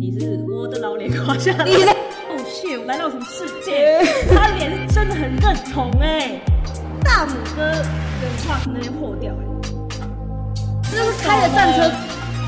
你是我的老脸垮下来，哦shit，我来到什么世界？他脸是真的很认同大拇哥跟胯那边破掉这就是开着战车，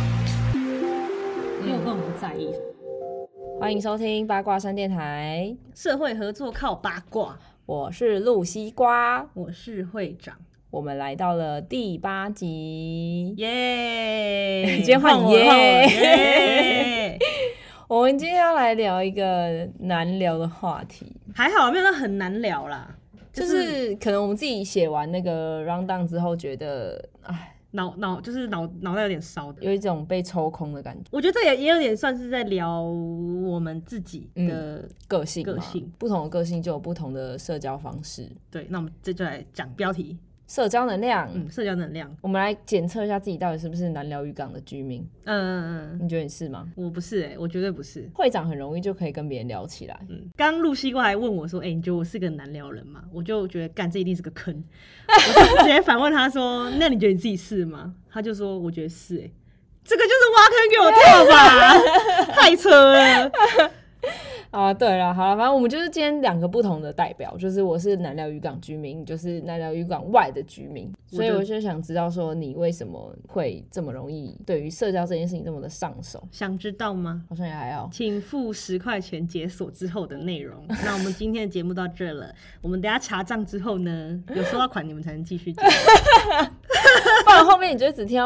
因为我根本不在意。 欢迎收听八卦山电台， 社会合作靠八卦。 我是露西瓜， 我是会长。 我们来到了第8集， 耶！ 今天换你耶！我们今天要来聊一个难聊的话题， 还好没有到很难聊啦， 就是可能我们自己写完那个 round down 之后，觉得哎，脑袋有点烧的， 有一种被抽空的感觉。 我觉得这也有点算是在聊我们自己的个性，不同的个性就有不同的社交方式。 对，那我们这就来讲标题。 社交能量， 社交能量， 我们来检测一下自己到底是不是南寮渔港的居民。你觉得你是吗？ 我不是我绝对不是。 会长很容易就可以跟别人聊起来。 刚露西瓜还问我说：“你觉得我是个南寮人吗？”我就觉得干这一定是个坑，我就直接反问他说：“那你觉得你自己是吗？”他就说：“我觉得是。”这个就是挖坑给我跳吧，太扯了。 啊，对了，好了，反正我们就是今天2个不同的代表，就是我是南寮渔港居民，就是南寮渔港外的居民，所以我就想知道说你为什么会这么容易对于社交这件事情这么的上手？ 想知道吗？ 好像也还好，请付10块钱解锁之后的内容。那我们今天的节目到这了，我们等一下查账之后呢，有收到款你们才能继续解。 不然后面你就只听到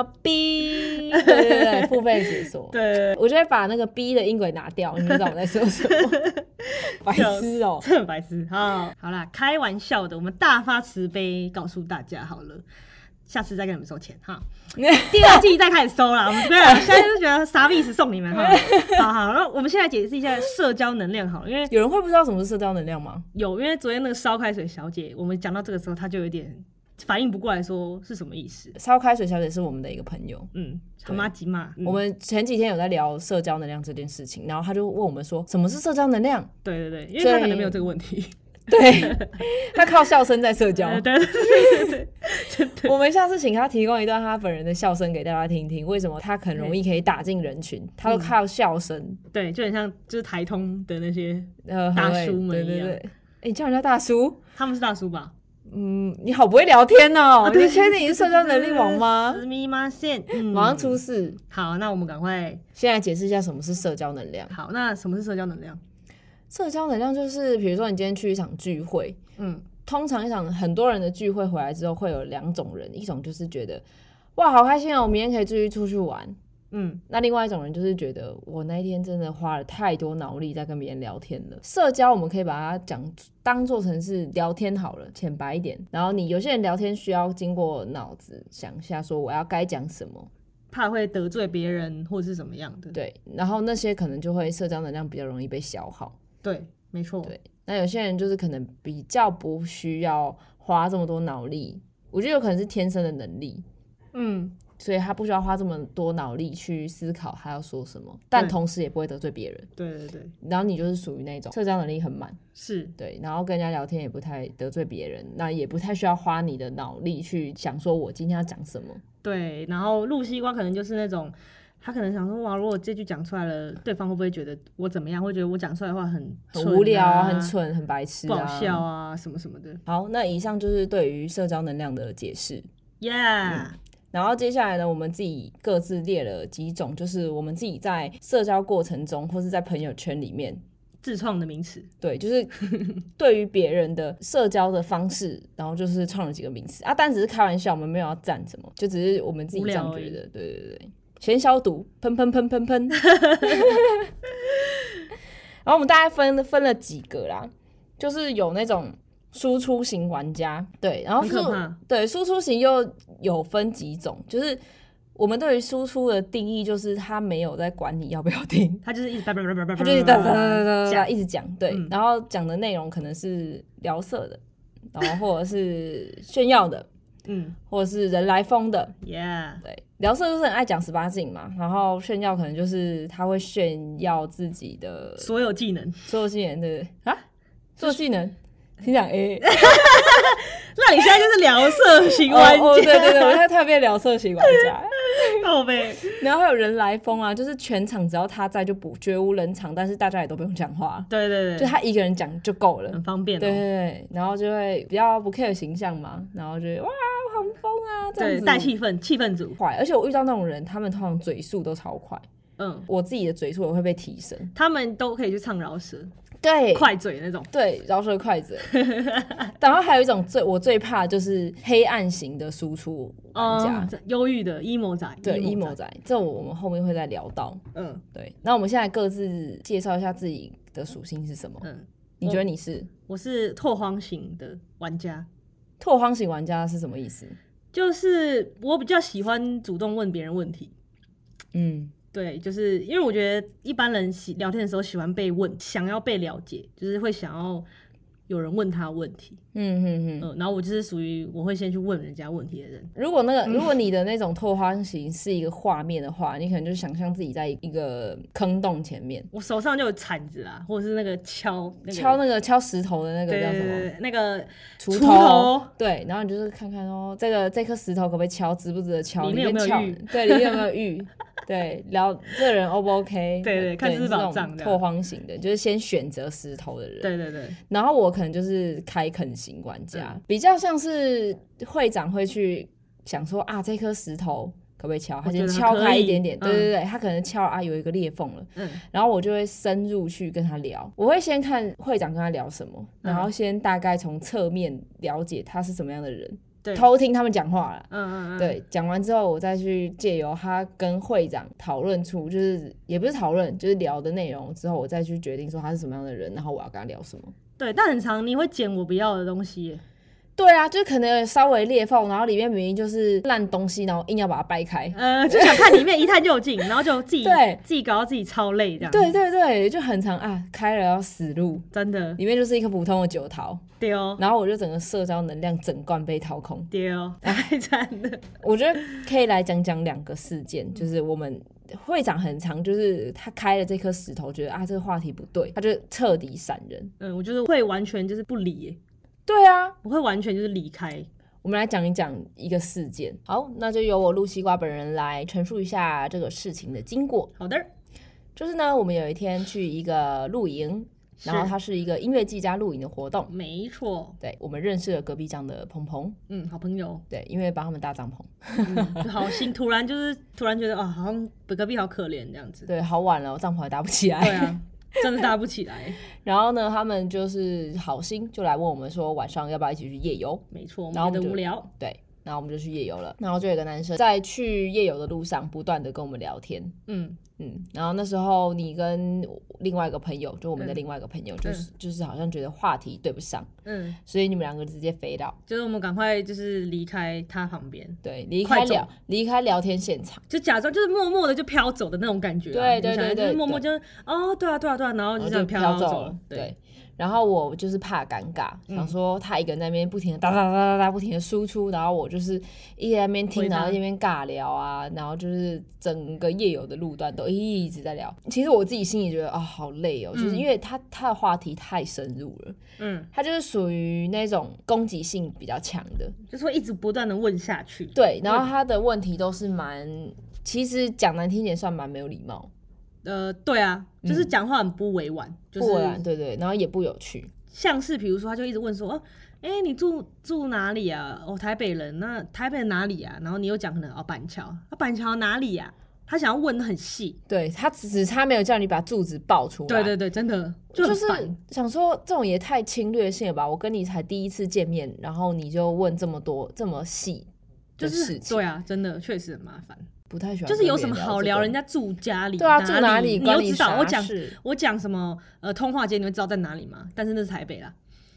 B， 对，付费解锁。对，我就会把那个 B 的音轨拿掉，你就知道我在说什么。白痴哦， 真的白痴。好啦，开玩笑的，我们大发慈悲告诉大家好了，下次再跟你们收钱哈。第2季再开始收啦，我们现在就觉得啥意思送你们哈。好，那我们现在解释一下社交能量好了，因为有人会不知道什么是社交能量吗？ 有，因为昨天那个烧开水小姐，我们讲到这个时候，她就有点反应不过来，说是什么意思。 烧开水小姐是我们的一个朋友， 好妈吉嘛。 我们前几天有在聊社交能量这件事情，然后他就问我们说什么是社交能量。 对，因为他可能没有这个问题。 对，他靠笑声在社交。 对， 我们下次请他提供一段他本人的笑声给大家听听，为什么他很容易可以打进人群，他都靠笑声。对， 就很像就是台通的那些大叔们一样。对， 你叫人家大叔， 他们是大叔吧？ 你好不会聊天哦！你确定你是社交能力王吗？马上出事。 好，那我们赶快现在解释一下什么是社交能量。 好，那什么是社交能量？ 社交能量就是比如说你今天去一场聚会，通常一场很多人的聚会回来之后会有2种人，一种就是觉得哇好开心哦，我明天可以继续出去玩。那另外一种人就是觉得我那一天真的花了太多脑力在跟别人聊天了。社交我们可以把它当做成是聊天好了，浅白一点。然后有些人聊天需要经过脑子想一下说我要该讲什么， 怕会得罪别人或是怎么样的。 对，然后那些可能就会社交能量比较容易被消耗。 对，没错。 对，那有些人就是可能比较不需要花这么多脑力，我觉得有可能是天生的能力。所以他不需要花这么多脑力去思考他要说什么，但同时也不会得罪别人。 对， 然后你就是属于那种社交能力很满， 是对，然后跟人家聊天也不太得罪别人，那也不太需要花你的脑力去想说我今天要讲什么。 对，然后露西瓜可能就是那种他可能想说哇，如果这句讲出来了，对方会不会觉得我怎么样？会觉得我讲出来的话很无聊、很蠢、很白痴、 不好笑啊，什么什么的。 好，那以上就是对于社交能量的解释。然后接下来呢，我们自己各自列了几种，就是我们自己在社交过程中或是在朋友圈里面自创的名词。对， 就是对于别人的社交的方式，然后就是创了几个名词啊，但只是开玩笑，我们没有要赞什么，就只是我们自己这样觉得。对，先消毒，喷。然后我们大概分了几个啦，就是有那种输出型玩家，对，然后输出型又有分几种，就是我们对于输出的定义就是他没有在管你要不要听， 他就是一直他一直讲，对，然后讲的内容可能是聊色的，然后或者是炫耀的，或者是人来疯的，对，聊色就是很爱讲18禁嘛，然后炫耀可能就是他会炫耀自己的所有技能， 对啊，所有技能。听讲那你现在就是聊色型玩家。 对，我现在特别聊色型玩家。 靠北。 然后还有人来疯啊，就是全场只要他在就绝无冷场，但是大家也都不用讲话。 对对对， 就他一个人讲就够了， 很方便。 对对对，然后就会比较不 care 形象嘛，然后就哇很疯啊，这样子对，带气氛，气氛组。 快，而且我遇到那种人，他们通常嘴速都超快。我自己的嘴速也会被提升。 他们都可以去唱饶舌， 对， 快嘴那种， 对，饶舌快嘴。然后还有一种我最怕的就是黑暗型的输出玩家， 忧郁的 emo 仔， 对 emo 仔，这我们后面会再聊到。对。那我们现在各自介绍一下自己的属性是什么。你觉得你是？ 我是拓荒型的玩家。 拓荒型玩家是什么意思？ 就是我比较喜欢主动问别人问题。对，就是因为我觉得一般人聊天的时候喜欢被问，想要被了解，就是会想要有人问他问题。然后我就是属于我会先去问人家问题的人。 如果你的那种拓荒型是一个画面的话，你可能就想象自己在一个坑洞前面， 我手上就有铲子啊，或者是那个敲石头的那个叫什么？ 那个锄头。对，然后你就是看看这颗石头可不可以敲，值不值得敲， 里面有没有玉？ 对，里面有没有玉？对，聊这个人 O 不 OK？ 对，看是宝藏的拓荒型的，就是先选择石头的人。 对。 然后我可能就是开垦型玩家，比较像是会长会去想说啊，这颗石头可不可以敲？他先敲开一点点，对，他可能敲啊有一个裂缝了，然后我就会深入去跟他聊。我会先看会长跟他聊什么，然后先大概从侧面了解他是什么样的人。偷听他们讲话了，对，讲完之后我再去借由他跟会长讨论出，就是也不是讨论，就是聊的内容之后，我再去决定说他是什么样的人，然后我要跟他聊什么。 对，但很常你会捡我不要的东西耶。 对啊，就是可能稍微裂缝，然后里面明明就是烂东西，然后硬要把它掰开， 就想看里面一探究竟，然后就自己搞到自己超累这样。 对，就很常啊，开了要死路， 真的， 里面就是一颗普通的酒桃。 对然后我就整个社交能量整罐被掏空。 对太惨了。 我觉得可以来讲两个事件，就是我们会长很常，就是他开了这颗石头，觉得啊这个话题不对，他就彻底闪人。 我就是会完全就是不理耶。 对啊， 我会完全就是离开。 我们来讲一个事件。好，那就由我露西瓜本人来陈述一下这个事情的经过。 好的， 就是呢，我们有一天去一个露营，然后它是一个音乐季加露营的活动。 没错， 对，我们认识了隔壁长的鹏鹏， 好朋友。 对，因为帮他们搭帐篷， 就好心，突然觉得好像隔壁好可怜这样子。 对，好晚了，帐篷还搭不起来。 对啊。真的搭不起来。 然后呢，他们就是好心就来问我们说晚上要不要一起去夜游。 没错，然后我们觉得无聊。 对，然后我们就去夜游了。然后就有一个男生在去夜游的路上不断的跟我们聊天。然后那时候你跟另外一个朋友，就我们的另外一个朋友，就是好像觉得话题对不上，所以你们两个直接飞到， 就是我们赶快就是离开他旁边， 对，离开聊天现场， 就假装就是默默的就飘走的那种感觉。 对， 就是默默就对啊，然后就这样飘走了。 对。然后我就是怕尴尬，想说他一个人在那边不停的哒哒哒哒哒不停的输出，然后我就是一直在那边听，然后一边尬聊啊，然后就是整个夜游的路段都一直在聊。其实我自己心里觉得好累哦，就是因为他的话题太深入了，他就是属于那种攻击性比较强的， 就是会一直不断的问下去。 对，然后他的问题都是其实讲难听点算蛮没有礼貌。 对啊，就是讲话很不委婉，就是不委婉，对，然后也不有趣。 像是比如说，他就一直问说，你住哪里啊？台北人，那台北哪里啊？然后你又讲可能板桥，板桥哪里啊？他想要问的很细， 对，他只差没有叫你把住址报出来。 对，真的就是想说这种也太侵略性了吧？我跟你才第一次见面，然后你就问这么多这么细的事情， 对啊，真的确实很麻烦。 不太喜欢， 就是有什么好聊？人家住家里， 对啊，住哪里？ 你又知道我讲什么通化街，你会知道在哪里吗？但是那是台北啦。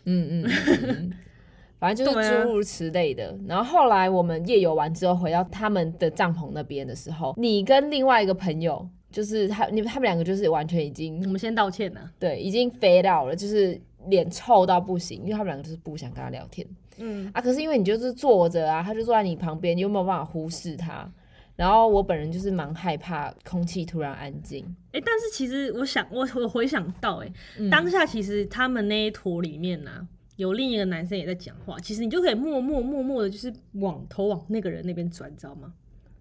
反正就是诸如此类的。然后后来我们夜游完之后，回到他们的帐篷那边的时候，你跟另外一个朋友，就是他们两个就是完全已经， 我们先道歉了。 对，已经飞到了，就是脸臭到不行，因为他们两个就是不想跟他聊天。可是因为你就是坐着啊，他就坐在你旁边，你又没有办法忽视他。然后我本人就是蛮害怕空气突然安静。 但是其实我回想到当下其实他们那一坨里面啊，有另一个男生也在讲话，其实你就可以默默的就是头往那个人那边转，你知道吗？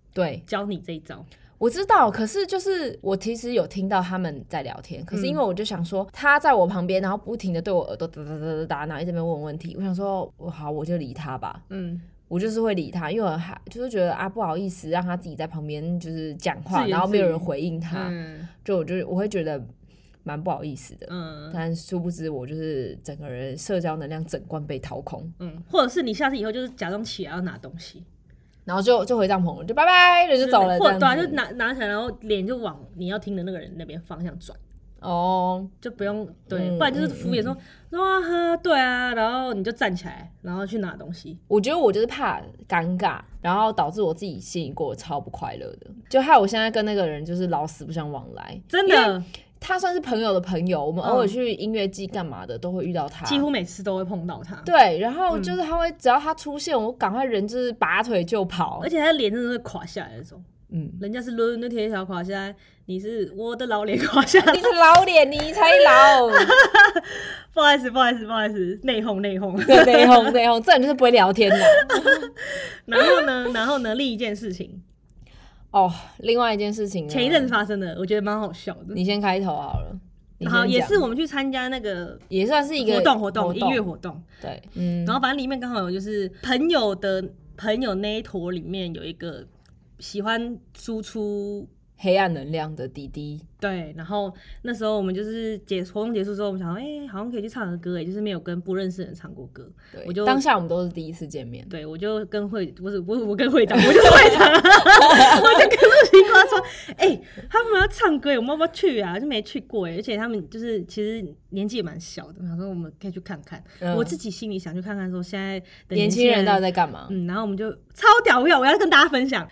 对， 教你这一招。 我知道，可是就是我其实有听到他们在聊天，可是因为我就想说他在我旁边，然后不停的对我耳朵哒哒哒哒，然后一直在问问题，我想说好，我就理他吧。我就是会理他，因为我就是觉得啊不好意思让他自己在旁边就是讲话，然后没有人回应他，我会觉得蛮不好意思的。但殊不知我就是整个人社交能量整罐被掏空。 或者是你下次以后就是假装起来要拿东西， 然后就回帐篷了，就拜拜，人就走了， 或对就拿起来，然后脸就往你要听的那个人那边方向转。就不用对，不然就是敷衍说哈对啊，然后你就站起来，然后去拿东西。 我觉得我就是怕尴尬，然后导致我自己心里过得超不快乐的，就害我现在跟那个人就是老死不相往来， 真的。 他算是朋友的朋友，我们偶尔去音乐季干嘛的都会遇到他， 几乎每次都会碰到他。 对，然后就是他会，只要他出现，我赶快人就是拔腿就跑， 而且他的脸真的会垮下来那种。人家是抡的铁条垮下来，你是我的老脸垮下来。 你是老脸，你才老。 不好意思，内讧。 对，内讧，这人就是不会聊天的。 然后呢，另一件事情。 另外一件事情呢， 前一陣子发生的，我觉得蛮好笑的。 你先开头好了。 好，也是我们去参加那个， 也算是一个活动，音乐活动。 对， 然后反正里面刚好有就是朋友那一坨里面有一个喜欢输出黑暗能量的弟弟。 对，然后那时候我们就是活动结束之后，我们想说，好像可以去唱个歌，就是没有跟不认识的人唱过歌。 对，当下我们都是第一次见面。 对，我就跟我跟会长，我就是会长，我就跟陆西瓜说，他们要唱歌，我们要不要去啊？就没去过而且他们就是其实年纪也蛮小的，想说我们可以去看看。我自己心里想去看看，说现在的年轻人到底在干嘛？ 然后我们就超屌，我要跟大家分享，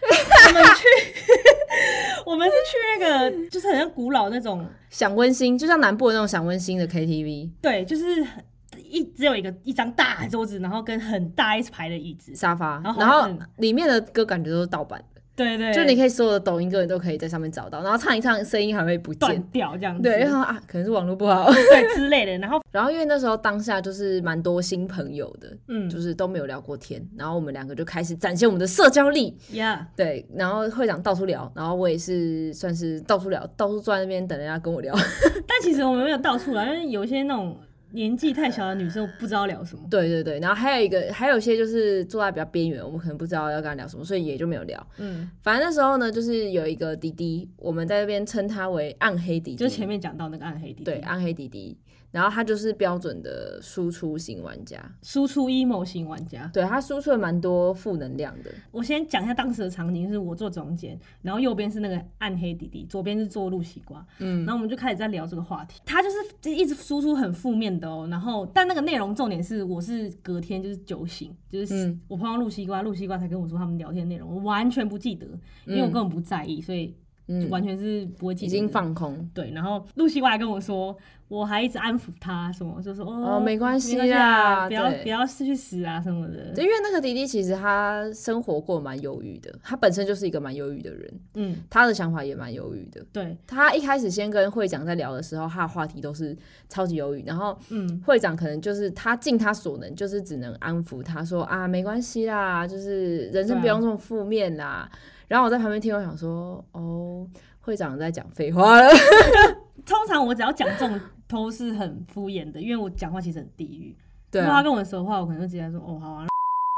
我们是去那个就是很像古老那种享温馨，就像南部的那种享温馨的 KTV。 对，就是只有一张大桌子，然后跟很大一排的椅子沙发，然后里面的歌感觉都是盗版的。 对， 就你可以所有的抖音歌你都可以在上面找到，然后唱一唱声音还会不见断掉这样子。 对，然后可能是网络不好对之类的。然后因为那时候当下就是蛮多新朋友的，就是都没有聊过天，然后我们两个就开始展现我们的社交力。对，然后会长到处聊，然后我也是算是到处聊，到处坐在那边等人家跟我聊。 但其实我们没有到处聊，因为有一些那种年纪太小的女生，我不知道聊什么。 对，然后还有一些就是坐在比较边缘，我们可能不知道要跟他聊什么，所以也就没有聊。反正那时候呢，就是有一个弟弟，我们在那边称他为暗黑弟弟， 就前面讲到那个暗黑弟弟。 对，暗黑弟弟。然后他就是标准的输出型玩家， 输出 emo 型玩家。 对，他输出了蛮多负能量的。 我先讲一下当时的场景，是我坐中间，然后右边是那个暗黑弟弟，左边是坐陆西瓜。然后我们就开始在聊这个话题。他就是一直输出很负面的然后但那个内容重点是，我是隔天就是酒醒，就是我碰到陆西瓜才跟我说他们聊天的内容，我完全不记得，因为我根本不在意，所以就完全是不会记得， 已经放空。 对，然后陆西瓜还跟我说，我还一直安抚他什么，就说没关系啦， 不要去死啊什么的。 对，因为那个弟弟其实他生活过蛮忧郁的，他本身就是一个蛮忧郁的人，他的想法也蛮忧郁的。 对， 他一开始先跟会长在聊的时候，他的话题都是超级忧郁，然后会长可能就是他尽他所能，就是只能安抚他说没关系啦，就是人生不用这么负面啦。然后我在旁边听，我想说，会长在讲废话了。 通常我只要讲这种都是很敷衍的，因为我讲话其实很地狱。 对， 如果他跟我说话，我可能就直接说好啊，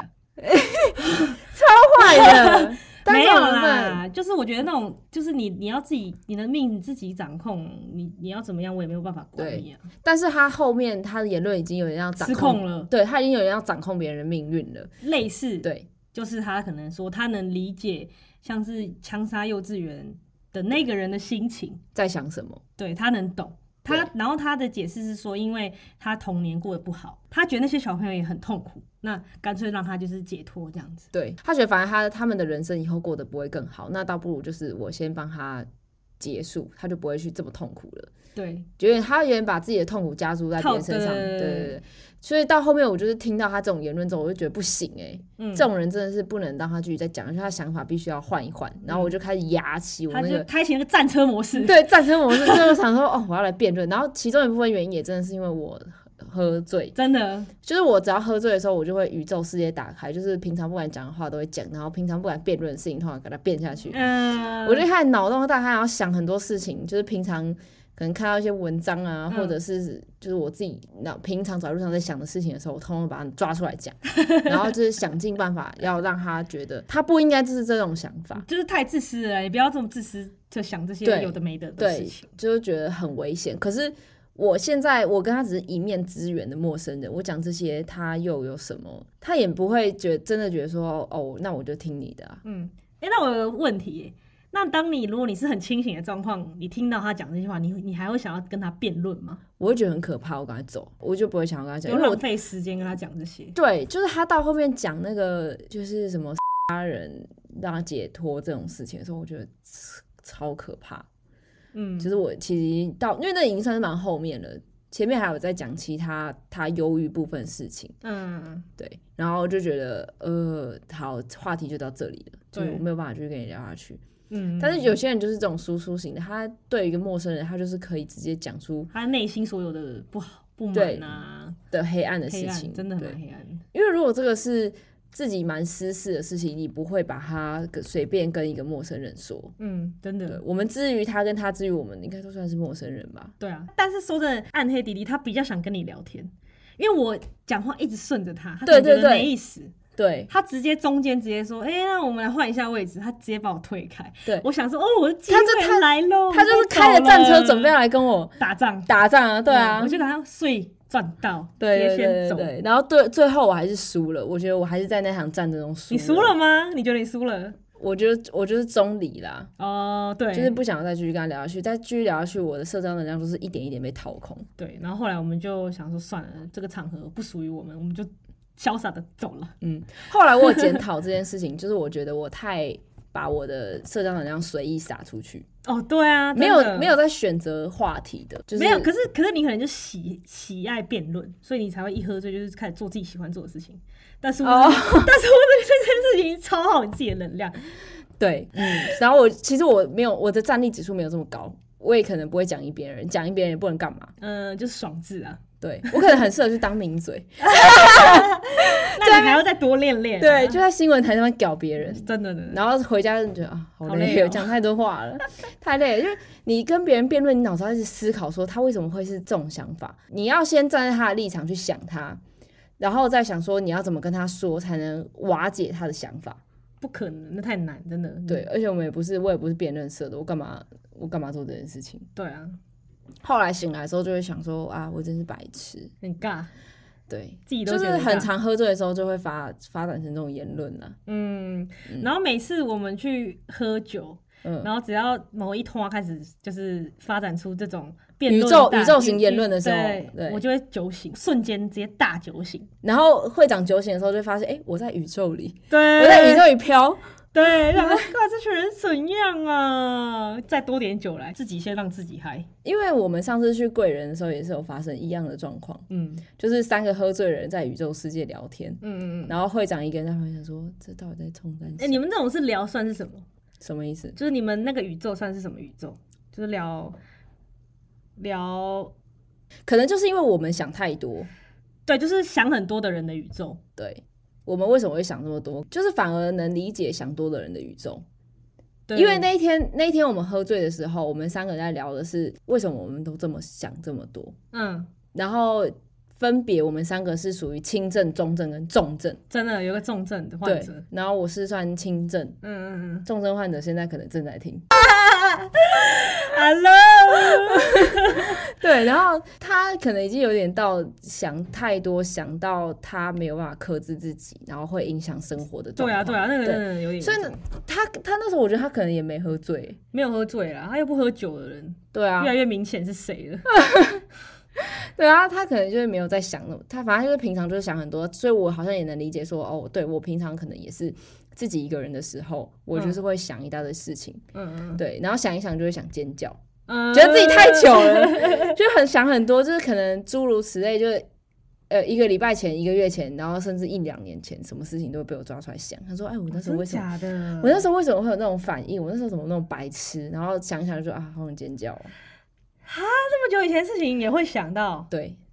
超坏的。 没有啦，就是我觉得那种，就是你要自己，你的命你自己掌控，你要怎么样，我也没有办法管你啊。 但是他后面他的言论已经有人要失控了， 对，他已经有人要掌控别人的命运了， 类似。 对， 就是他可能说他能理解，像是枪杀幼稚园的那个人的心情在想什么， 对，他能懂。然后他的解释是说，因为他童年过得不好，他觉得那些小朋友也很痛苦，那干脆让他就是解脱这样子。 对，他觉得反正他们的人生以后过得不会更好，那倒不如就是我先帮他结束，他就不会去这么痛苦了。 对， 觉得他有点把自己的痛苦加诸在别人身上。对，所以到后面我就是听到他这种言论之后，我就觉得不行这种人真的是不能让他继续再讲，而且他想法必须要换一换。然后我就开始压起我那个， 他就开启那个战车模式。 对，战车模式，就想说我要来辩论。然后其中一部分原因也真的是因为我喝醉， 真的， 就是我只要喝醉的时候，我就会宇宙世界打开，就是平常不敢讲的话都会讲，然后平常不敢辩论的事情，通常给它辩下去。我就开始脑洞大开，然后想很多事情，就是平常可能看到一些文章啊，或者是就是我自己平常走在路上在想的事情的时候，我通通把它抓出来讲，然后就是想尽办法要让他觉得他不应该就是这种想法， 就是太自私了，你不要这么自私就想这些有的没的事情， 对，就是觉得很危险。可是我现在我跟他只是一面之缘的陌生人，我讲这些他又有什么？他也不会真的觉得说哦，那我就听你的啊。 那我有个问题耶。那如果你是很清醒的状况，你听到他讲这些话，你还会想要跟他辩论吗？ 我会觉得很可怕，我赶快走，我就不会想要跟他讲， 因为浪费时间跟他讲这些。 对，就是他到后面讲那个就是什么杀人让他解脱这种事情的时候，我觉得超可怕。就是我其实因为那已经算是蛮后面了，前面还有在讲其他他忧郁部分事情。对，然后就觉得好，话题就到这里了，就我没有办法继续跟你聊下去。但是有些人就是这种输出型的，他对一个陌生人，他就是可以直接讲出他内心所有的不满啊的黑暗的事情， 真的很黑暗。 因为如果这个是自己蛮私事的事情，你不会把它随便跟一个陌生人说。 真的， 我们至于他跟他至于我们，应该都算是陌生人吧。 对啊，但是说真的，暗黑弟弟他比较想跟你聊天，因为我讲话一直顺着他觉得没意思。 对， 他直接中间直接说，那我们来换一下位置，他直接把我推开。 对， 我想说，我的机会来咯， 他就是开着战车准备要来跟我打仗啊，对啊， 我就赶快睡赚到， 对， 直接先走。 对，然后最后我还是输了，我觉得我还是在那场战争中输了。 你输了吗？你觉得你输了？ 我觉得我就是中离啦。 对， 就是不想再继续跟他聊下去，再继续聊下去，我的社交能量就是一点一点被掏空。 对，然后后来我们就想说，算了，这个场合不属于我们，我们就潇洒的走了。 后来我有检讨这件事情，就是我觉得我太把我的社交能量随意撒出去。 对啊， 没有在选择话题的，就是没有。可是你可能就喜爱辩论，所以你才会一喝醉就是开始做自己喜欢做的事情。但是我这件事情超耗你自己的能量。 对，然后其实我没有我的战力指数没有这么高，我也可能不会讲一别人也不能干嘛。 就是爽字啊。 对，我可能很适合去当名嘴。 那你还要再多练练。 对，就在新闻台上面屌别人， 真的。然后回家就觉得好累，讲太多话了，太累了。因为你跟别人辩论，你脑子要一直思考说他为什么会是这种想法，你要先站在他的立场去想他，然后再想说你要怎么跟他说才能瓦解他的想法。 不可能，那太难，真的。 对，而且我也不是辩论社的，我干嘛做这件事情？ 对啊。 后来醒来的时候就会想说我真是白痴， 很尬。 对， 自己都觉得就是很常喝醉的时候就会发展成这种言论啦。 然后每次我们去喝酒，然后只要某一通开始就是发展出这种辩论宇宙型言论的时候， 对，我就会酒醒，瞬间直接大酒醒。 然后会长酒醒的时候就会发现，我在宇宙里， 对， 我在宇宙里飘。 对，然后这群人怎样啊？再多点酒来，自己先让自己嗨。 因为我们上次去贵人的时候也是有发生一样的状况，就是3个喝醉的人在宇宙世界聊天，然后会长一个人在旁边想说，这到底在冲三小？ 你们这种是聊算是什么？ 什么意思？ 就是你们那个宇宙算是什么宇宙？就是聊， 可能就是因为我们想太多， 对，就是想很多的人的宇宙， 对。我们为什么会想这么多？就是反而能理解想多的人的宇宙。因为那一天我们喝醉的时候，我们3个人在聊的是为什么我们都这么想这么多。然后分别我们3个是属于轻症、中症跟重症。 真的有个重症的患者， 然后我是算轻症。重症患者现在可能正在听。 Hello 对，然后他可能已经有点到想太多，想到他没有办法克制自己，然后会影响生活的状况。 对啊，那个真的有点。 所以他那时候我觉得他可能也没喝醉， 没有喝醉啦，他又不喝酒的人。 对啊， 越来越明显是谁了。 对啊，他可能就是没有在想，他反正就是平常就是想很多，所以我好像也能理解说，对，我平常可能也是自己一个人的时候，我就是会想一大堆事情，对，然后想一想就会想尖叫，觉得自己太糗了，就很很多，就是可能诸如此类，就是1个礼拜前、1个月前，然后甚至1、2年前，什么事情都会被我抓出来想。他说：“我那时候为什么？ 假的？ 我那时候为什么会有那种反应？我那时候怎么那种白痴？然后想一想就说好想尖叫。” 这么久以前的事情也会想到？ 对，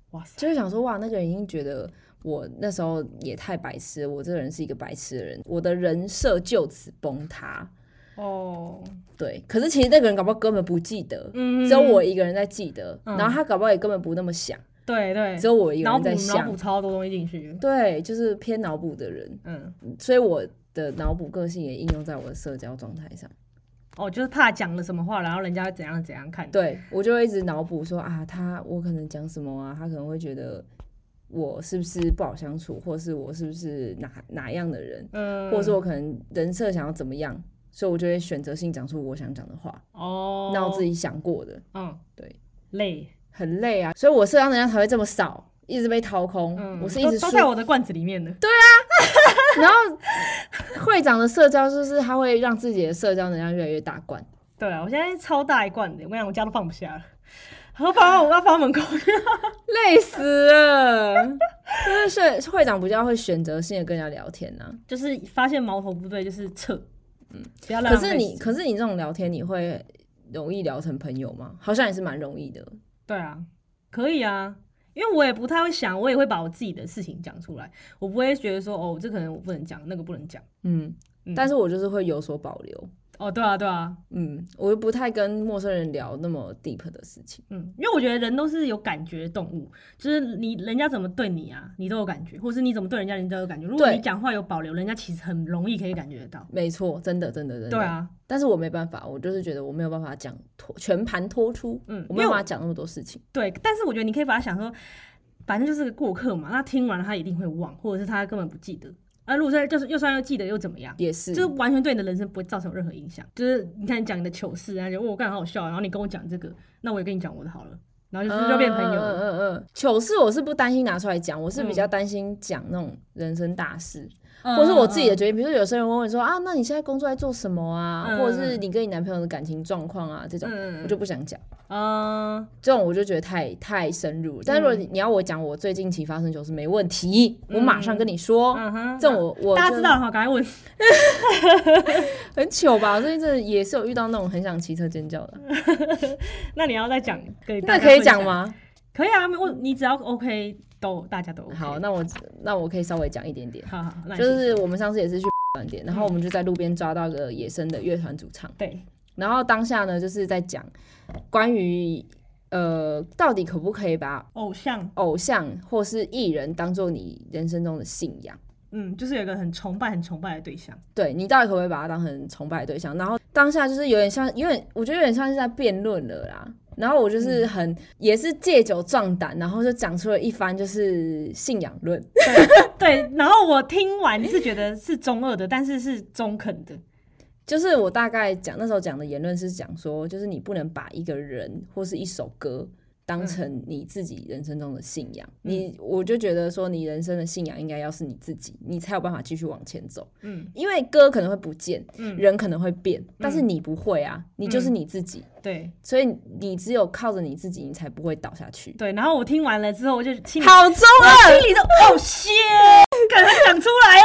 哇塞，就会想说哇，那个人已经觉得我那时候也太白痴了，我这个人是一个白痴的人，我的人设就此崩塌。哦，对，可是其实那个人搞不好根本不记得，只有我一个人在记得，然后他搞不好也根本不那么想。 对对， 只有我一个人在想， 脑补超多东西进去。 对，就是偏脑补的人。所以我的脑补个性也应用在我的社交状态上。 哦，就是怕讲了什么话，然后人家怎样怎样看。 对，我就会一直脑补说啊，我可能讲什么啊，他可能会觉得我是不是不好相处，或是我是不是哪样的人，或者是我可能人设想要怎么样，所以我就会选择性讲出我想讲的话。哦，那我自己想过的。对， 累。很累啊，所以我社交能量才会这么少，一直被掏空。我是一直都在我的罐子里面的。 对啊，然后会长的社交就是他会让自己的社交能量越来越大罐。 对啊，我现在超大一罐的，我跟你讲，我家都放不下了，我要放门口， 累死了。就是会长比较会选择性的跟人家聊天啊， 就是发现矛头不对就是撤。 不要可是你这种聊天，你会容易聊成朋友吗？好像也是蛮容易的。 对啊，可以啊，因为我也不太会想，我也会把我自己的事情讲出来，我不会觉得说哦，这可能我不能讲，那个不能讲。 但是我就是会有所保留。 哦，对啊，对啊， 我又不太跟陌生人聊那么 deep 的事情。 因为我觉得人都是有感觉的动物，就是人家怎么对你啊，你都有感觉，或是你怎么对人家，人家都有感觉。如果你讲话有保留，人家其实很容易可以感觉得到。 没错，真的。对啊，但是我没办法，我就是觉得我没有办法讲全盘托出，我没有办法讲那么多事情。 对，但是我觉得你可以把它想说，反正就是个过客嘛，那听完了他一定会忘，或者是他根本不记得。如果说就是又算又记得又怎么样？ 也是， 就是完全对你的人生不会造成任何影响。就是你看你讲你的糗事啊，我干好好笑，然后你跟我讲这个，那我也跟你讲我的好了，然后就变朋友。 糗事我是不担心拿出来讲，我是比较担心讲那种人生大事。或是我自己的决定，比如说有些人问我说啊，那你现在工作在做什么啊？或者是你跟你男朋友的感情状况啊，这种我就不想讲。这种我就觉得太深入了。但是如果你要我讲我最近期发生糗事，没问题，我马上跟你说。这种我大家知道哈，赶快问。 很糗吧？最近真的也是有遇到那种很想骑车尖叫的。 那你要再讲， 那可以讲吗？ 可以啊，你只要 OK，大家都 OK。 好，那我可以稍微讲一点点。 好， 就是我们上次也是去饭店，然后我们就在路边抓到个野生的乐团主唱。 对。 然后当下呢，就是在讲关于到底可不可以把偶像或是艺人当做你人生中的信仰。 就是有一个很崇拜的对象。 对，你到底可不可以把他当很崇拜的对象？然后当下就是我觉得有点像是在辩论了啦。然后我就是也是借酒壮胆，然后就讲出了一番就是信仰论。 对，然后我听完是觉得是中二的，但是是中肯的。 就是我大概那时候讲的言论是讲说，就是你不能把一个人或是一首歌当成你自己人生中的信仰。我就觉得说，你人生的信仰应该要是你自己，你才有办法继续往前走。因为歌可能会不见，人可能会变，但是你不会啊，你就是你自己。 对， 所以你只有靠着你自己，你才不会倒下去。 对，然后我听完了之后，我就心里好中二， 心里就shit，感觉讲出来了。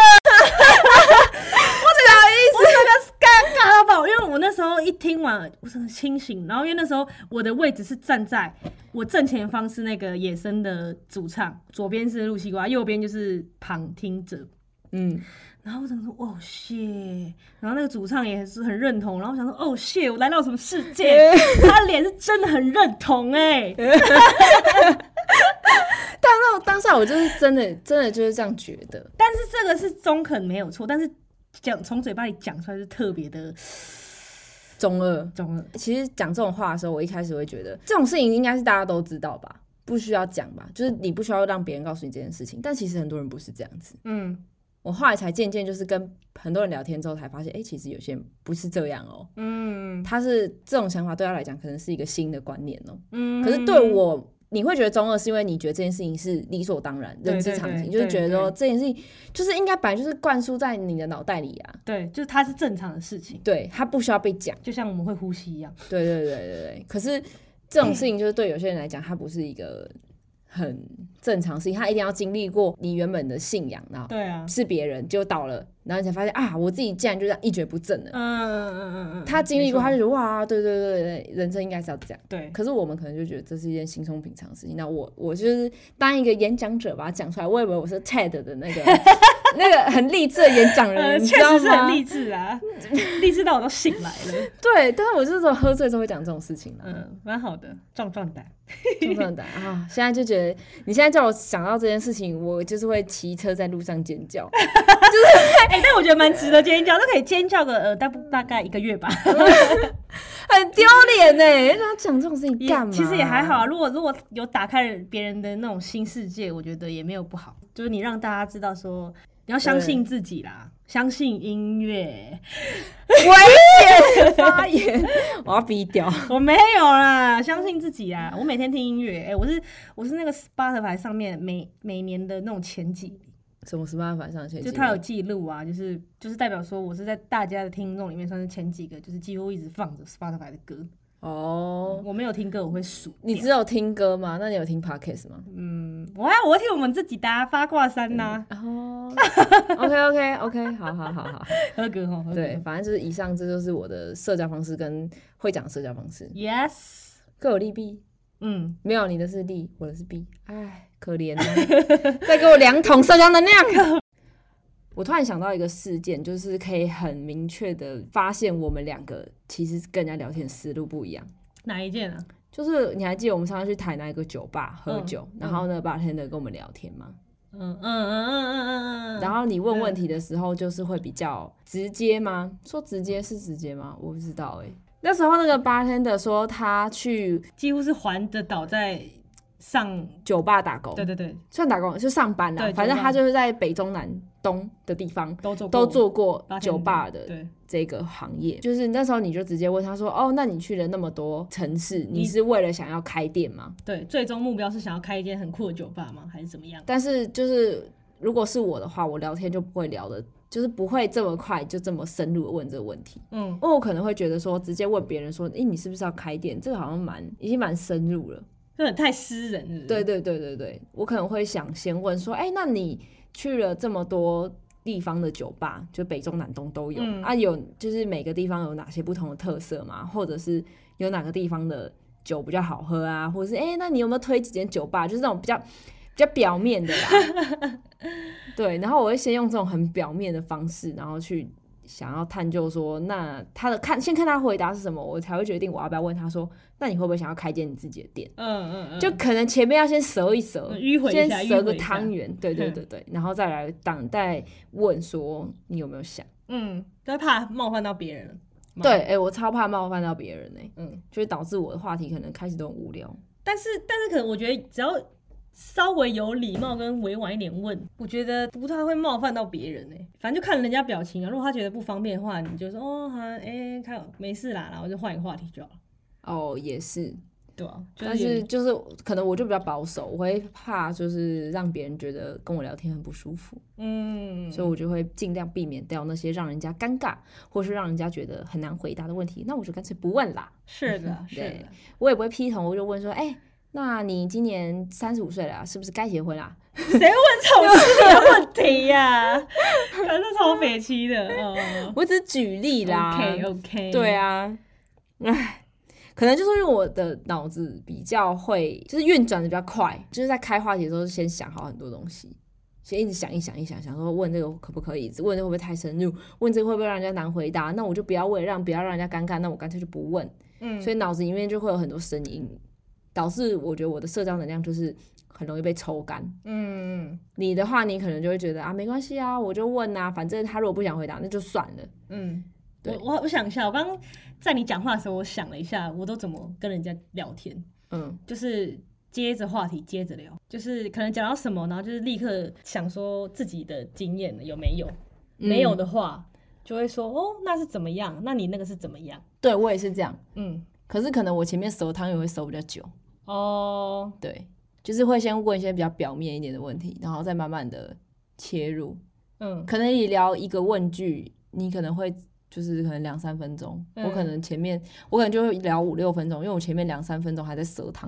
我整个尴尬到爆，因为我那时候一听完，我真的清醒。然后因为那时候我的位置是站在我正前方是那个野生的主唱，左边是露西瓜，右边就是旁听者。然后我想说哦shit，然后那个主唱也是很认同，然后我想说哦shit，我来到什么世界？他脸是真的很认同但是当下我就是真的就是这样觉得。 但是这个是中肯没有错，但是从嘴巴里讲出来是特别的中二。其实讲这种话的时候，我一开始会觉得这种事情应该是大家都知道吧，不需要讲吧，就是你不需要让别人告诉你这件事情。但其实很多人不是这样子。我后来才渐渐就是跟很多人聊天之后才发现，其实有些人不是这样哦。他是这种想法对他来讲可能是一个新的观念哦。可是对我，你会觉得中二是因为你觉得这件事情是理所当然、人之常情，就是觉得说这件事情就是应该本来就是灌输在你的脑袋里啊。 对，就是它是正常的事情。 对，它不需要被讲， 就像我们会呼吸一样。 对。可是这种事情就是对有些人来讲，它不是一个很正常事情，他一定要经历过你原本的信仰，然后对啊， 是别人就倒了，然后你才发现啊，我自己竟然就这样一蹶不振了。他经历过，他就觉得哇，对对对对，人生应该是要这样。对，可是我们可能就觉得这是一件轻松平常的事情。那我就是当一个演讲者把它讲出来，我以为我是 TED 的那个那个很励志的演讲人，你知道吗？ 确实是很励志啊，励志到我都醒来了。 对，但是我就是说喝醉之后会讲这种事情啦。 蛮好的，壮壮胆。 壮壮胆啊！现在就觉得，你现在叫我想到这件事情，我就是会骑车在路上尖叫，就是但我觉得蛮值得尖叫，都可以尖叫个大概1个月吧， 很丢脸呢。让他讲这种事情干嘛？ 其实也还好啊。如果有打开别人的那种新世界，我觉得也没有不好。就是你让大家知道说，你要相信自己啦，相信音乐。 危险发言，我要逼掉。 我没有啦，相信自己啊！我每天听音乐，我是那个 Spotify 上面每年的那种前几名。 什么 Spotify 上前几名？ 就它有记录啊，就是代表说我是在大家的听众里面算是前几个，就是几乎一直放着 Spotify 的歌。我没有听歌，我会数。 你只有听歌吗？那你有听 Podcast 吗？ 我会听我们自己的八卦山呐。 OK， 好， 喝歌哈。 对，反正就是以上，这就是我的社交方式跟会讲社交方式。 Yes， 各有利弊。没有，你的是利，我的是弊。哎，可怜啊！再给我2桶社交能量。我突然想到一个事件，就是可以很明确的发现我们2个其实跟人家聊天思路不一样。 哪一件啊？ 就是你还记得我们上次去台南一个酒吧喝酒，然后呢bartender跟我们聊天吗？然后你问问题的时候，就是会比较直接吗？说直接是直接吗？我不知道那时候那个 bartender 说他去几乎是环着岛在上酒吧打工， 对， 算打工就上班啦，反正他就是在北中南东的地方都做过酒吧的这个行业。就是那时候你就直接问他说，那你去了那么多城市，你是为了想要开店吗？ 对，最终目标是想要开一间很酷的酒吧吗？还是怎么样？ 但是就是如果是我的话，我聊天就不会聊的，就是不会这么快就这么深入的问这个问题。因为我可能会觉得说，直接问别人说，你是不是要开店？这个好像已经蛮深入了。 真的太私人了。 对，我可能会想先问说，那你去了这么多地方的酒吧，就北中南东都有有就是每个地方有哪些不同的特色吗？或者是有哪个地方的酒比较好喝啊？或者是那你有没有推几间酒吧？就是那种比较表面的啦。对，然后我会先用这种很表面的方式，然后去想要探究说，那先看他回答是什么，我才会决定我要不要问他说，那你会不会想要开间你自己的店？就可能前面要先折一折，先折个汤圆，对，然后再来等待问说你有没有想， 就怕冒犯到别人。 对，我超怕冒犯到别人就会导致我的话题可能开始都很无聊。 但是可能我觉得只要稍微有礼貌跟委婉一点问，我觉得不太会冒犯到别人反正就看人家表情啊。如果他觉得不方便的话，你就说没事啦，然后就换一个话题就好了。也是，对啊。 但是就是可能我就比较保守，我会怕就是让别人觉得跟我聊天很不舒服。所以我就会尽量避免掉那些让人家尴尬或是让人家觉得很难回答的问题。那我就干脆不问啦。 是的， 对，我也不会劈头我就问说，那你今年35岁了，是不是该结婚啦？ 谁问这种私人问题呀？可是超北七的。 我只是举例啦。 OK。 对啊，可能就是因为我的脑子比较会，就是运转的比较快，就是在开话题的时候先想好很多东西，先一直想想说问这个可不可以，问这个会不会太深入，问这个会不会让人家难回答，那我就不要为了不要让人家尴尬，那我干脆就不问。所以脑子里面就会有很多声音，导致我觉得我的社交能量就是很容易被抽干。你的话你可能就会觉得没关系啊，我就问啊，反正他如果不想回答那就算了。 我想一下，我刚刚在你讲话的时候，我想了一下，我都怎么跟人家聊天。就是接着话题接着聊，就是可能讲到什么，然后就是立刻想说自己的经验有没有，没有的话就会说那是怎么样？那你那个是怎么样？ 对，我也是这样。可是可能我前面熟汤圆会熟比较久。对，就是会先问一些比较表面一点的问题，然后再慢慢的切入。可能你聊一个问句，你可能会就是可能2-3分钟，我可能就会聊5-6分钟，因为我前面2-3分钟还在折汤圆。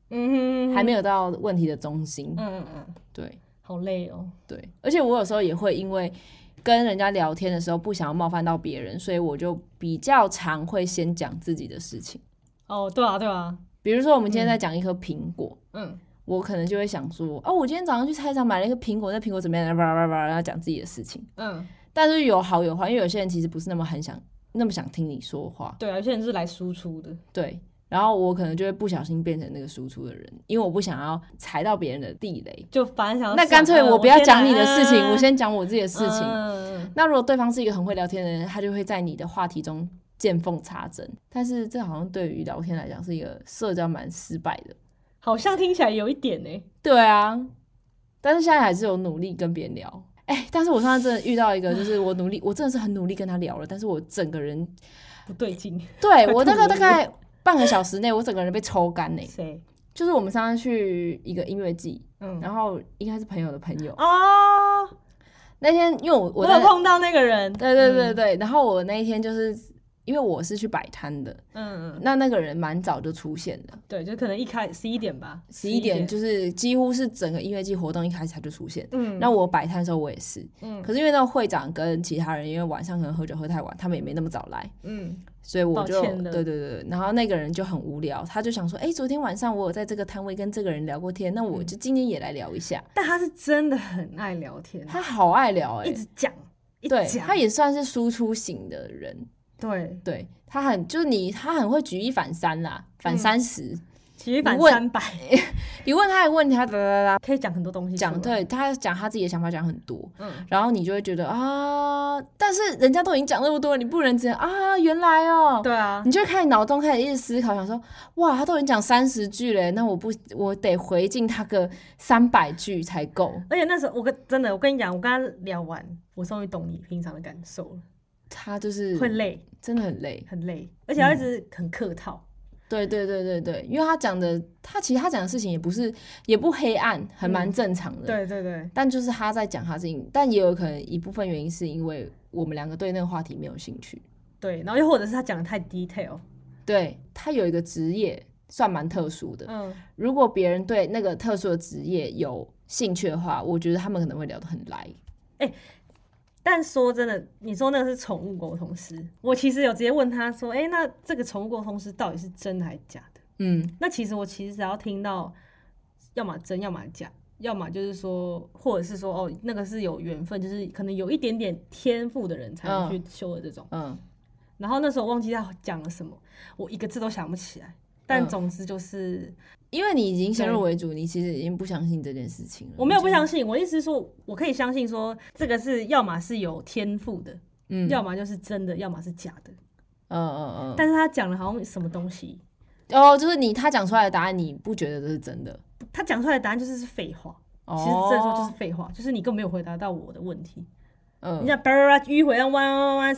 还没有到问题的中心。对， 好累哦。 对，而且我有时候也会因为跟人家聊天的时候不想要冒犯到别人，所以我就比较常会先讲自己的事情。 哦，对啊，对啊。 比如说我们今天在讲一颗苹果，我可能就会想说，我今天早上去菜市场买了一个苹果，那苹果怎么样？然后讲自己的事情。但是有好有坏，因为有些人其实不是那么想听你说话。 对啊，有些人是来输出的。 对，然后我可能就会不小心变成那个输出的人，因为我不想要踩到别人的地雷， 就反正想要那干脆我不要讲你的事情，我先讲我自己的事情。那如果对方是一个很会聊天的人，他就会在你的话题中见缝插针，但是这好像对于聊天来讲是一个社交蛮失败的， 好像听起来有一点欸。 对啊，但是现在还是有努力跟别人聊。但是我上次真的遇到一个，就是我真的是很努力跟他聊了，但是我整个人不对劲。 对，我大概半个小时内，我整个人被抽干呢。 谁？ 就是我们上次去一个音乐季，然后应该是朋友的朋友哦。 那天因为我有碰到那个人， 对，然后我那一天就是因为我是去摆摊的，那个人蛮早就出现了， 对，就可能一开始11点吧 ，11点就是几乎是整个音乐季活动一开始他就出现，那我摆摊的时候我也是，可是因为那个会长跟其他人因为晚上可能喝酒喝太晚，他们也没那么早来，所以我就对，然后那个人就很无聊，他就想说，昨天晚上我有在这个摊位跟这个人聊过天，那我就今天也来聊一下。 但他是真的很爱聊天， 他好爱聊一直讲， 对，他也算是输出型的人，对，他很会举一反三啦，反30。 举一反300， 你问他的问题，他可以讲很多东西， 对，他讲他自己的想法讲很多，然后你就会觉得但是人家都已经讲那么多，你不能只原来哦， 对啊， 你就会开始脑中开始一直思考，想说哇，他都已经讲30句了，那我得回敬他个300句才够。 而且那时候我跟你讲，我跟他聊完，我终于懂你平常的感受了。 他就是会累， 真的很累， 而且他一直很客套。 对，因为他讲的事情也不黑暗，还蛮正常的。 对。 但就是他在讲他事情，但也有可能一部分原因是因为我们两个对那个话题没有兴趣。 对，然后又或者是他讲的太 detail。 对，他有一个职业算蛮特殊的。如果别人对那个特殊的职业有兴趣的话，我觉得他们可能会聊得很来。 但说真的，你说那个是宠物沟通师，我其实有直接问他说，那这个宠物沟通师到底是真的还是假的？那其实只要听到要么真，要么假，要么就是说，或者是说那个是有缘分，就是可能有一点点天赋的人才能去修的这种。然后那时候我忘记他讲了什么，我一个字都想不起来。但总之就是， 因为你已经先入为主，你其实已经不相信这件事情了。 我没有不相信，我意思是说，我可以相信说，这个是要么是有天赋的，要么就是真的，要么是假的。但是他讲了好像什么东西， 就是他讲出来的答案，你不觉得这是真的？ 他讲出来的答案就是废话。其实这说就是废话，就是你根本没有回答到我的问题。你想迂回让弯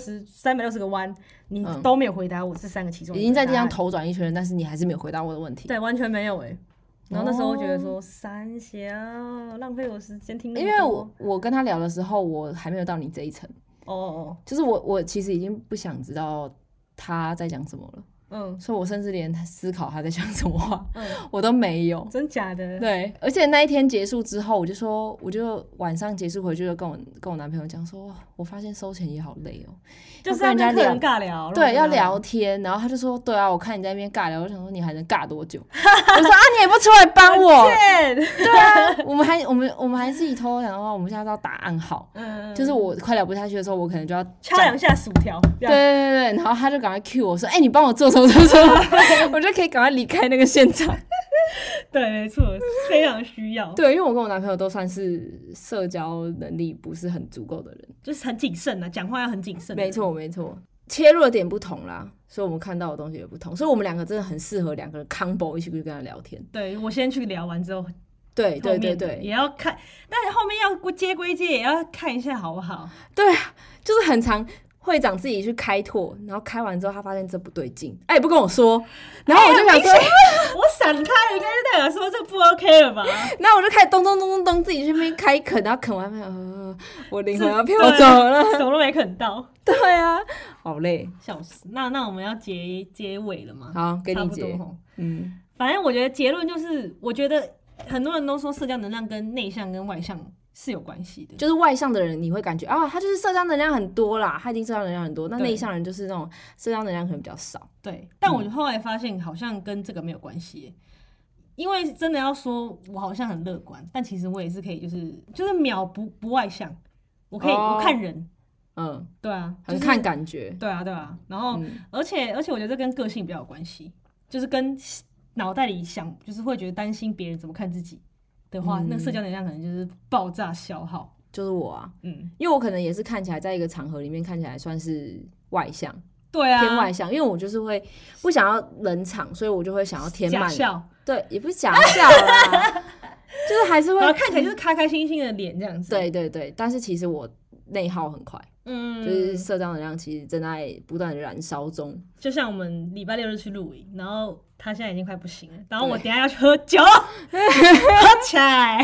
360个弯，你都没有回答我这3个其中一个， 已经在地上头转一圈，但是你还是没有回答我的问题。 对，完全没有然后那时候我觉得说三小浪费我时间听那么多。 因为我跟他聊的时候，我还没有到你这一层。就是我其实已经不想知道他在讲什么了。所以我甚至连思考他在讲什么话，我都没有。 真假的？ 对，而且那一天结束之后，我就晚上结束回去就跟我男朋友讲说，我发现收钱也好累就是要跟客人尬聊， 对，要聊天。然后他就说，对啊，我看你在那边尬聊，我想说你还能尬多久？我说你也不出来帮我，对啊，我们还自己偷偷讲的话，我们现在要打暗号，就是我快聊不下去的时候，我可能就要敲2下薯条， 对，然后他就赶快 cue 我说，你帮我做什么，我就可以赶快离开那个现场。 对，没错，非常需要。 对，因为我跟我男朋友都算是社交能力不是很足够的人， 就是很谨慎讲话要很谨慎。 没错，切入的点不同啦，所以我们看到的东西也不同，所以我们两个真的很适合两个人 combo 一起去跟他聊天。 对，我先去聊完之后， 对， 也要看，但是后面要接归接，也要看一下好不好？ 对啊，就是很常。会长自己去开拓，然后开完之后他发现这不对劲，也不跟我说，然后我就想说， 我闪开了，应该是代表说这不 OK 了吧？ 那我就开始咚自己去那边开垦，然后垦完我灵魂要飘走了， 什么都没垦到。 对啊，好累， 笑死。那我们要结尾了吗？ 好，给你结。 反正我觉得结论就是，我觉得很多人都说社交能量跟内向跟外向是有关系的。 就是外向的人你会感觉他就是社交能量很多啦，他已经社交能量很多，那内向人就是那种社交能量可能比较少。 对，但我后来发现好像跟这个没有关系。因为真的要说，我好像很乐观，但其实我也是可以，就是秒不外向，我可以我看人，对啊， 很看感觉， 对啊，然后而且我觉得这跟个性比较有关系，就是跟脑袋里想，就是会觉得担心别人怎么看自己的话，那个社交能量可能就是爆炸消耗。 就是我啊，因为我可能也是看起来在一个场合里面看起来算是外向。 对啊， 偏外向，因为我就是会不想要冷场，所以我就会想要填满。 假笑， 对，也不是假笑啦，就是还是会看起来就是开开心心的脸这样子。 对，但是其实我内耗很快，就是社交能量其实正在不断的燃烧中。 就像我们礼拜六日去露营，然后他现在已经快不行了，然后我等一下要去喝酒，喝起来。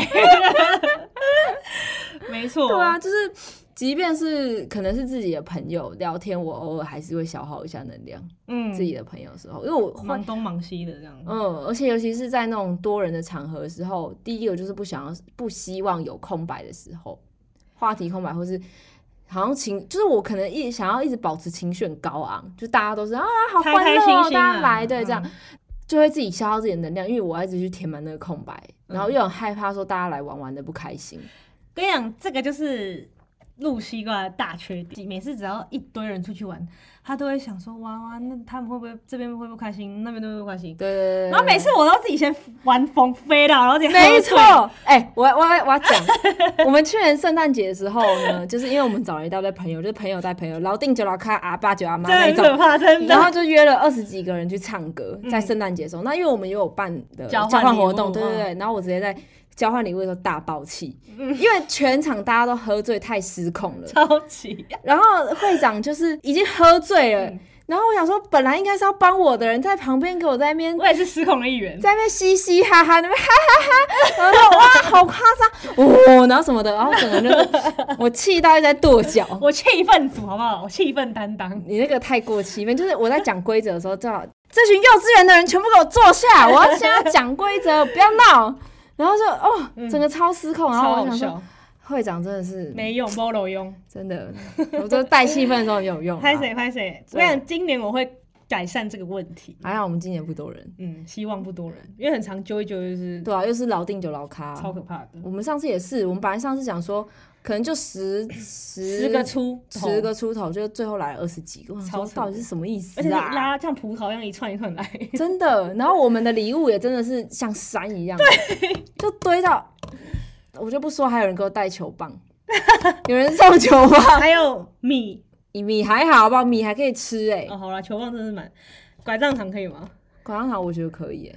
没错， 对啊，就是。即便是可能是自己的朋友聊天，我偶尔还是会消耗一下能量。自己的朋友的时候，因为我忙东忙西的这样。 而且尤其是在那种多人的场合的时候，第一个就是不希望有空白的时候，话题空白，或是好像就是我可能想要一直保持情绪很高昂，就大家都是好欢乐， 开开心心大家来，对，这样就会自己消耗自己的能量，因为我要一直去填满那个空白，然后又很害怕说大家来玩的不开心。 跟你讲，这个就是露西瓜的大缺点，每次只要一堆人出去玩，他都会想说哇，那他们会不会这边会不开心，那边都会不开心？ 对。 然后每次我都自己先玩疯飞了，然后自己喝醉。没错，我要讲，我们去年圣诞节的时候呢，就是因为我们找了一大堆朋友，就是朋友带朋友，老定酒老咖阿爸酒阿妈那种， 真的很可怕，真的。 然后就约了20几个人去唱歌，在圣诞节的时候。那因为我们也有办的交换活动，对。然后我直接在交换礼物的时候大爆气，因为全场大家都喝醉，太失控了， 超级。 然后会长就是已经喝醉了，然后我想说，本来应该是要帮我的人在旁边给我在那边， 我也是失控的一员， 在那边嘻嘻哈哈，那边哈哈哈，然后哇，好夸张，然后什么的，然后整个人我气到一直在跺脚， 我气氛组好不好？我气氛担当， 你那个太过气氛，就是我在讲规则的时候，正好这群幼稚园的人全部给我坐下，我要现在讲规则，不要闹。然后就整个超失控，然后我想说，会长真的是没用，没有用， 真的，我就带气氛的时候有用。 拍谁？我想今年我会改善这个问题。 还好我们今年不多人， 希望不多人，因为很常揪一揪就是。 对啊，又是老定酒老咖， 超可怕的。 我们上次也是，我们本来上次想说，可能就10个出头，就最后来了20几个，我说到底是什么意思啊？ 而且拉像葡萄一样一串一串来， 真的。然后我们的礼物也真的是像山一样，对，就堆到，我就不说，还有人给我带球棒，有人送球棒， 还有米还好吧，米还可以吃好啦，球棒真的是蛮，拐杖糖可以吗？ 拐杖糖我觉得可以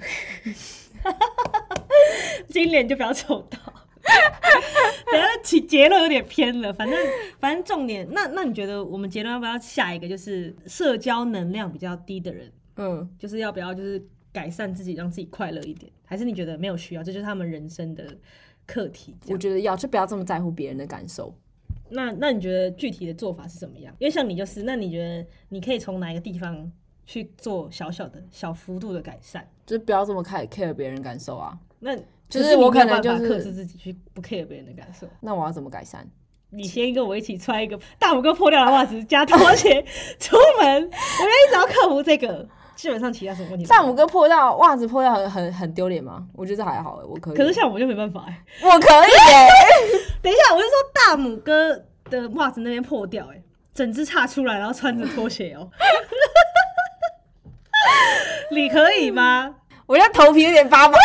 今年就不要抽到。等下结论有点偏了，反正重点，那你觉得我们结论要不要下一个，就是社交能量比较低的人，就是要不要就是改善自己，让自己快乐一点？还是你觉得没有需要，这就是他们人生的课题？ 我觉得要，就不要这么在乎别人的感受。 那你觉得具体的做法是怎么样？因为像你就是，那你觉得你可以从哪一个地方去做小幅度的改善？ 就是不要这么care 别人感受啊。 那就是我可能就是克制自己去不 care 别人的感受。 那我要怎么改善？ 你先跟我一起穿一个大拇哥破掉的袜子加拖鞋出门，我觉得你只要克服这个，基本上其他什么问题。 大拇哥破掉，袜子破掉很丢脸吗？我觉得还好我可以。 可是像我就没办法我可以等一下，我是说大拇哥的袜子那边破掉整只岔出来，然后穿着拖鞋你可以吗？ 我现在头皮有点发麻。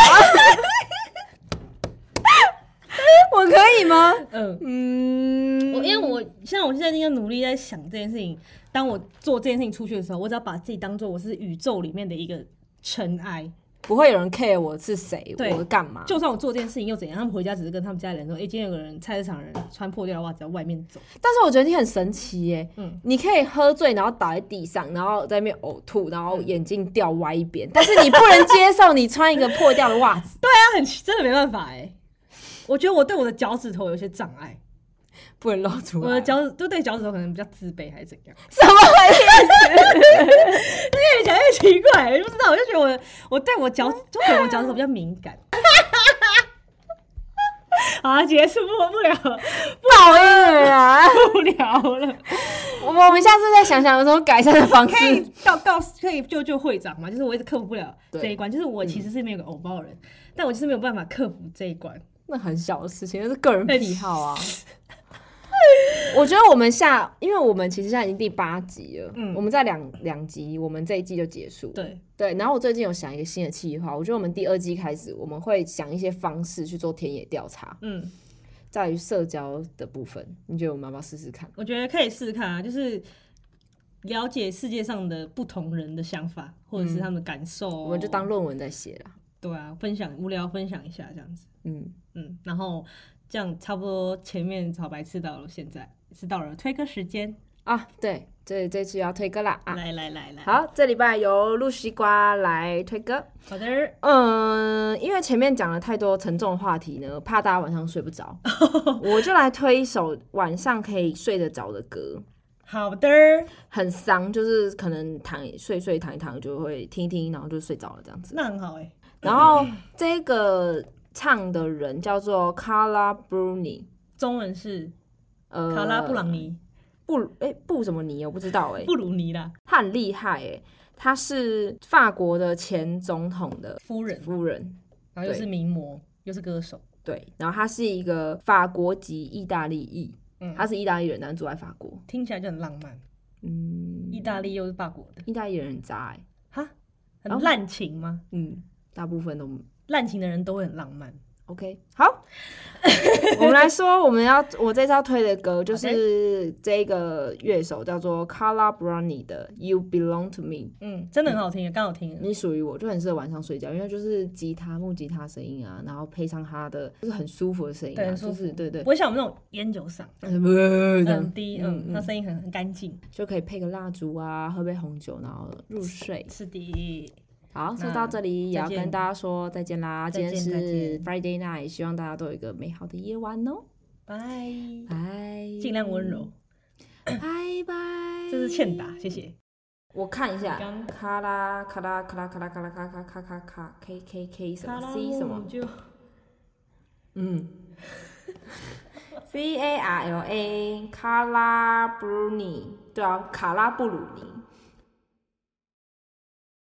我可以吗？ 因为我现在应该努力在想这件事情。当我做这件事情出去的时候，我只要把自己当作我是宇宙里面的一个尘埃， 不会有人 care 我是谁，我干嘛。 就算我做这件事情又怎样？他们回家只是跟他们家里人说：“今天有个人菜市场人穿破掉的袜子在外面走。” 但是我觉得你很神奇耶，你可以喝醉然后倒在地上，然后在那边呕吐，然后眼睛掉歪一边，但是你不能接受你穿一个破掉的袜子。 对啊，真的没办法我觉得我对我的脚趾头有些障碍。 不能露出来。 我的脚趾对脚趾头可能比较自卑还是怎样？ 什么意思？ 越讲越奇怪，不知道，我就觉得我对我脚，就可能我脚趾头比较敏感。好，结束不了， 讨厌啊， 不聊了。 我们下次再想想有什么改善的方式。 可以救会长嘛？就是我一直克服不了这一关，就是我其实是没有个偶包人，但我就是没有办法克服这一关。 那很小的事情，那是个人癖好啊。我觉得我们因为我们其实现在已经第8集了，我们在两集，我们这一季就结束。对，然后我最近有想一个新的企划，我觉得我们第2季开始，我们会想一些方式去做田野调查。在于社交的部分，你觉得我们要不要试试看？ 我觉得可以试试看啊，就是了解世界上的不同人的想法，或者是他们的感受。 我们就当论文在写啦。 对啊，无聊分享一下这样子。然后这样差不多前面草白吃到了，现在是到了推歌时间啊。对，这次要推歌啦啊！ 来， 好，这礼拜由露西瓜来推歌。 好的。 因为前面讲了太多沉重的话题呢，怕大家晚上睡不着，我就来推一首晚上可以睡得着的歌。 好的。 很丧，就是可能躺一躺就会听一听，然后就睡着了这样子。 那很好欸。 然后这个唱的人叫做 Carla Bruni， 中文是卡拉布朗尼。 布什么尼我不知道布鲁尼啦。 他很厉害他是法国的前总统的夫人， 然后又是名模又是歌手。 对，然后他是一个法国籍意大利裔，他是意大利人，但住在法国。 听起来就很浪漫。意大利又是法国的， 意大利人很渣哈，很滥情吗？ 大部分都滥情的人都会很浪漫。 OK， 好，我们来说我这次要推的歌就是这个乐手叫做 Carla Bruni 的 You Belong to Me。 真的很好听，刚好听。 你属于我，就很适合晚上睡觉，因为就是木吉他声音啊，然后配上他的就是很舒服的声音啊，就是对， 不会像我们那种烟酒嗓，很低，他声音很干净， 就可以配个蜡烛啊，喝杯红酒，然后入睡。 是的。 好，说到这里也要跟大家说再见啦！今天是 Friday night， 希望大家都有一个美好的夜晚哦。 拜拜， 尽量温柔。 拜拜， 这是欠打，谢谢。 我看一下，卡拉 K K 什么 C 什么，CARLA 卡拉布鲁尼，对啊，卡拉布鲁尼。